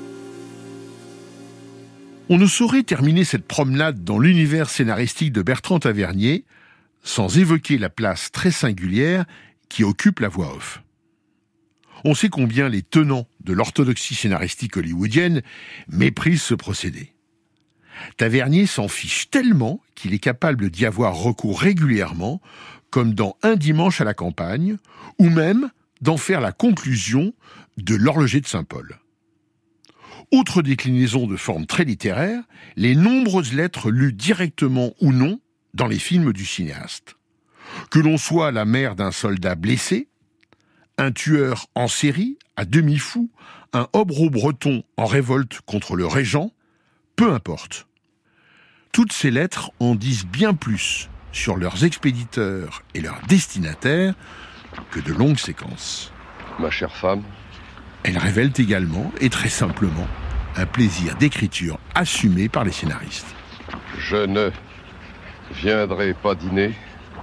On ne saurait terminer cette promenade dans l'univers scénaristique de Bertrand Tavernier sans évoquer la place très singulière qui occupe la voix off. On sait combien les tenants de l'orthodoxie scénaristique hollywoodienne méprisent ce procédé. Tavernier s'en fiche tellement qu'il est capable d'y avoir recours régulièrement, comme dans Un dimanche à la campagne, ou même d'en faire la conclusion de L'horloger de Saint-Paul. Autre déclinaison de forme très littéraire, les nombreuses lettres lues directement ou non dans les films du cinéaste. Que l'on soit la mère d'un soldat blessé, un tueur en série, à demi-fou, un hobereau breton en révolte contre le régent, peu importe. Toutes ces lettres en disent bien plus sur leurs expéditeurs et leurs destinataires que de longues séquences. Ma chère femme. Elles révèlent également, et très simplement, un plaisir d'écriture assumé par les scénaristes. Je ne viendrai pas dîner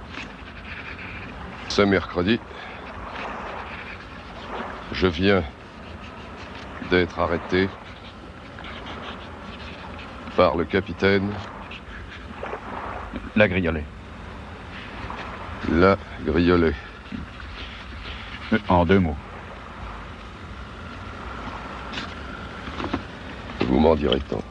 ce mercredi. Je viens d'être arrêté par le capitaine. La Griolet. La Griolet. En 2 mots. Vous m'en direz tant.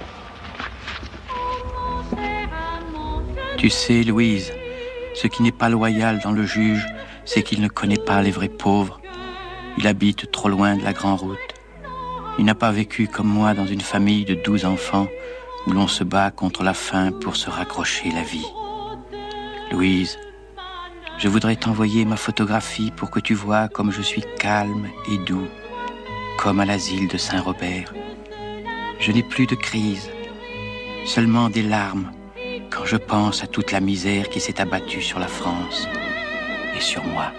Tu sais, Louise, ce qui n'est pas loyal dans le juge, c'est qu'il ne connaît pas les vrais pauvres. Il habite trop loin de la grande route. Il n'a pas vécu comme moi dans une famille de 12 enfants où l'on se bat contre la faim pour se raccrocher la vie. Louise, je voudrais t'envoyer ma photographie pour que tu vois comme je suis calme et doux, comme à l'asile de Saint-Robert. Je n'ai plus de crise, seulement des larmes quand je pense à toute la misère qui s'est abattue sur la France et sur moi.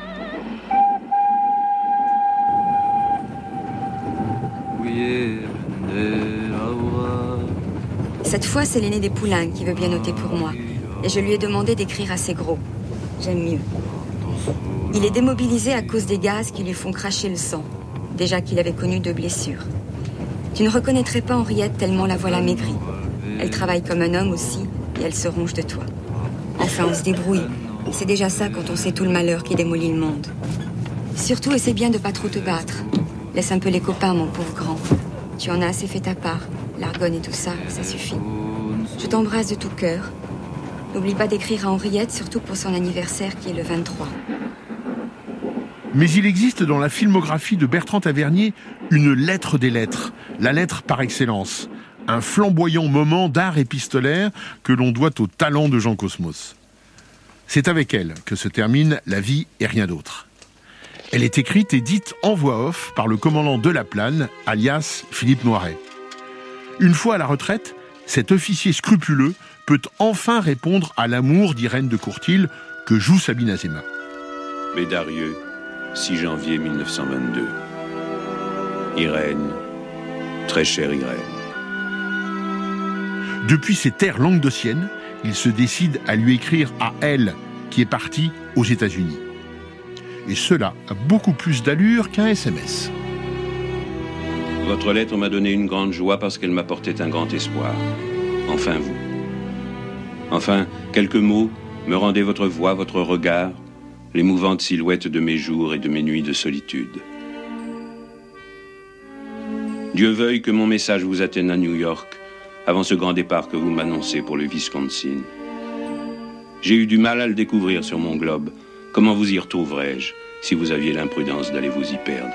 Cette fois, c'est l'aîné des Poulains qui veut bien noter pour moi. Et je lui ai demandé d'écrire assez gros. J'aime mieux. Il est démobilisé à cause des gaz qui lui font cracher le sang. Déjà qu'il avait connu 2 blessures. Tu ne reconnaîtrais pas Henriette tellement la voilà maigrie. Elle travaille comme un homme aussi et elle se ronge de toi. Enfin, on se débrouille. C'est déjà ça quand on sait tout le malheur qui démolit le monde. Surtout, essaie bien de pas trop te battre. Laisse un peu les copains, mon pauvre grand. Tu en as assez fait ta part. L'Argonne et tout ça, ça suffit. Je t'embrasse de tout cœur. N'oublie pas d'écrire à Henriette, surtout pour son anniversaire qui est le 23. Mais il existe dans la filmographie de Bertrand Tavernier une lettre des lettres, la lettre par excellence, un flamboyant moment d'art épistolaire que l'on doit au talent de Jean Cosmos. C'est avec elle que se termine La vie et rien d'autre. Elle est écrite et dite en voix off par le commandant Delaplane, alias Philippe Noiret. Une fois à la retraite, cet officier scrupuleux peut enfin répondre à l'amour d'Irène de Courtille que joue Sabine Azéma. Bédarieux, 6 janvier 1922. Irène, très chère Irène. Depuis ses terres languedociennes, il se décide à lui écrire à elle, qui est partie aux États-Unis. Et cela a beaucoup plus d'allure qu'un SMS. Votre lettre m'a donné une grande joie parce qu'elle m'apportait un grand espoir. Enfin vous. Enfin, quelques mots me rendaient votre voix, votre regard, l'émouvante silhouette de mes jours et de mes nuits de solitude. Dieu veuille que mon message vous atteigne à New York avant ce grand départ que vous m'annoncez pour le Wisconsin. J'ai eu du mal à le découvrir sur mon globe. Comment vous y retrouverais-je si vous aviez l'imprudence d'aller vous y perdre?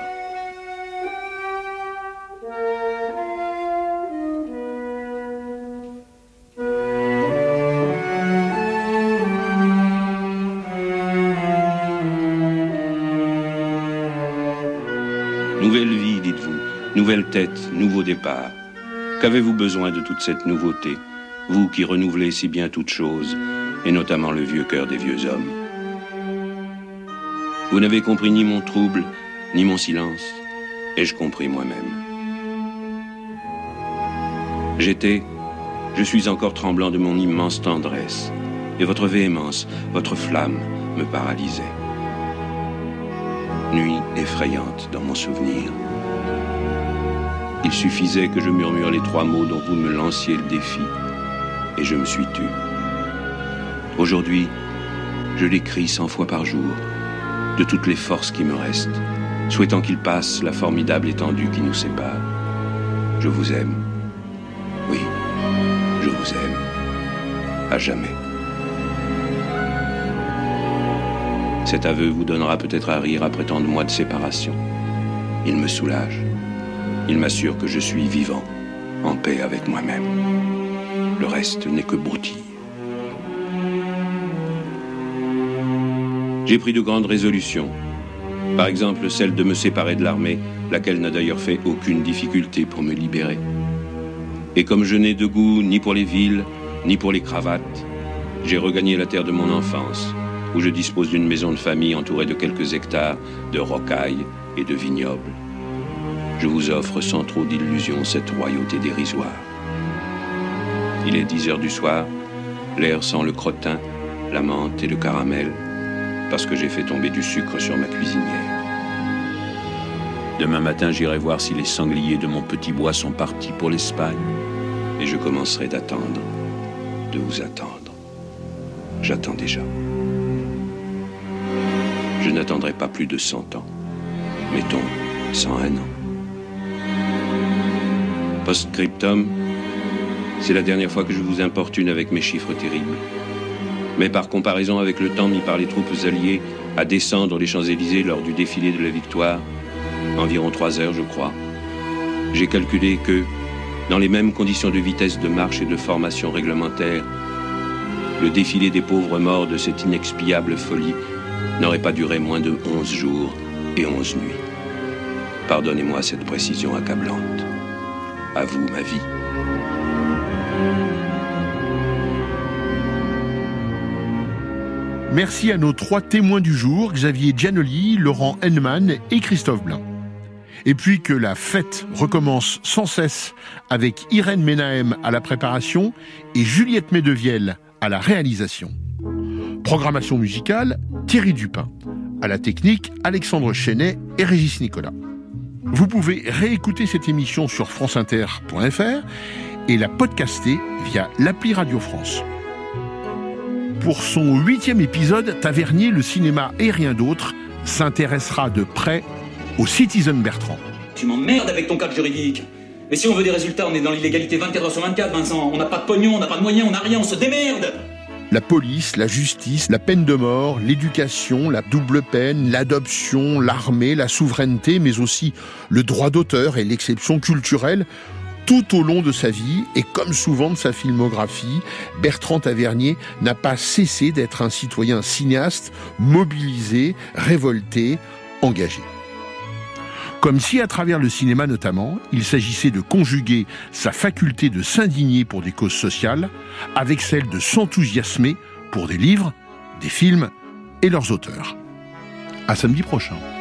Nouvelle vie, dites-vous, nouvelle tête, nouveau départ. Qu'avez-vous besoin de toute cette nouveauté? vous qui renouvelez si bien toutes choses, et notamment le vieux cœur des vieux hommes. Vous n'avez compris ni mon trouble, ni mon silence, et je compris moi-même. Je suis encore tremblant de mon immense tendresse, et votre véhémence, votre flamme me paralysait. Nuit effrayante dans mon souvenir. Il suffisait que je murmure les 3 mots dont vous me lanciez le défi, et je me suis tu. Aujourd'hui, je l'écris 100 fois par jour, de toutes les forces qui me restent, souhaitant qu'il passe la formidable étendue qui nous sépare. Je vous aime. Oui, je vous aime. À jamais. Cet aveu vous donnera peut-être à rire après tant de mois de séparation. Il me soulage. Il m'assure que je suis vivant, en paix avec moi-même. Le reste n'est que broutille. J'ai pris de grandes résolutions. Par exemple, celle de me séparer de l'armée, laquelle n'a d'ailleurs fait aucune difficulté pour me libérer. Et comme je n'ai de goût ni pour les villes, ni pour les cravates, j'ai regagné la terre de mon enfance, où je dispose d'une maison de famille entourée de quelques hectares de rocailles et de vignobles. Je vous offre sans trop d'illusions cette royauté dérisoire. Il est 10 heures du soir, l'air sent le crottin, la menthe et le caramel, parce que j'ai fait tomber du sucre sur ma cuisinière. Demain matin, j'irai voir si les sangliers de mon petit bois sont partis pour l'Espagne, et je commencerai d'attendre, de vous attendre. J'attends déjà. Je n'attendrai pas plus de 100 ans. Mettons 101 ans. Post-scriptum, c'est la dernière fois que je vous importune avec mes chiffres terribles. Mais par comparaison avec le temps mis par les troupes alliées à descendre les Champs-Élysées lors du défilé de la Victoire, environ 3 heures je crois, j'ai calculé que, dans les mêmes conditions de vitesse de marche et de formation réglementaire, le défilé des pauvres morts de cette inexpiable folie n'aurait pas duré moins de 11 jours et 11 nuits. Pardonnez-moi cette précision accablante. À vous, ma vie. Merci à nos 3 témoins du jour, Xavier Giannoli, Laurent Henneman et Christophe Blain. Et puis que la fête recommence sans cesse avec Irène Menahem à la préparation et Juliette Medevielle à la réalisation. Programmation musicale, Thierry Dupin. À la technique, Alexandre Chenet et Régis Nicolas. Vous pouvez réécouter cette émission sur franceinter.fr et la podcaster via l'appli Radio France. Pour son 8e épisode, Tavernier, le cinéma et rien d'autre s'intéressera de près au Citizen Bertrand. Tu m'emmerdes avec ton cadre juridique. Mais si on veut des résultats, on est dans l'illégalité 24 heures sur 24, Vincent. On n'a pas de pognon, on n'a pas de moyens, on n'a rien, on se démerde. La police, la justice, la peine de mort, l'éducation, la double peine, l'adoption, l'armée, la souveraineté, mais aussi le droit d'auteur et l'exception culturelle. Tout au long de sa vie, et comme souvent de sa filmographie, Bertrand Tavernier n'a pas cessé d'être un citoyen cinéaste, mobilisé, révolté, engagé. Comme si, à travers le cinéma notamment, il s'agissait de conjuguer sa faculté de s'indigner pour des causes sociales avec celle de s'enthousiasmer pour des livres, des films et leurs auteurs. À samedi prochain.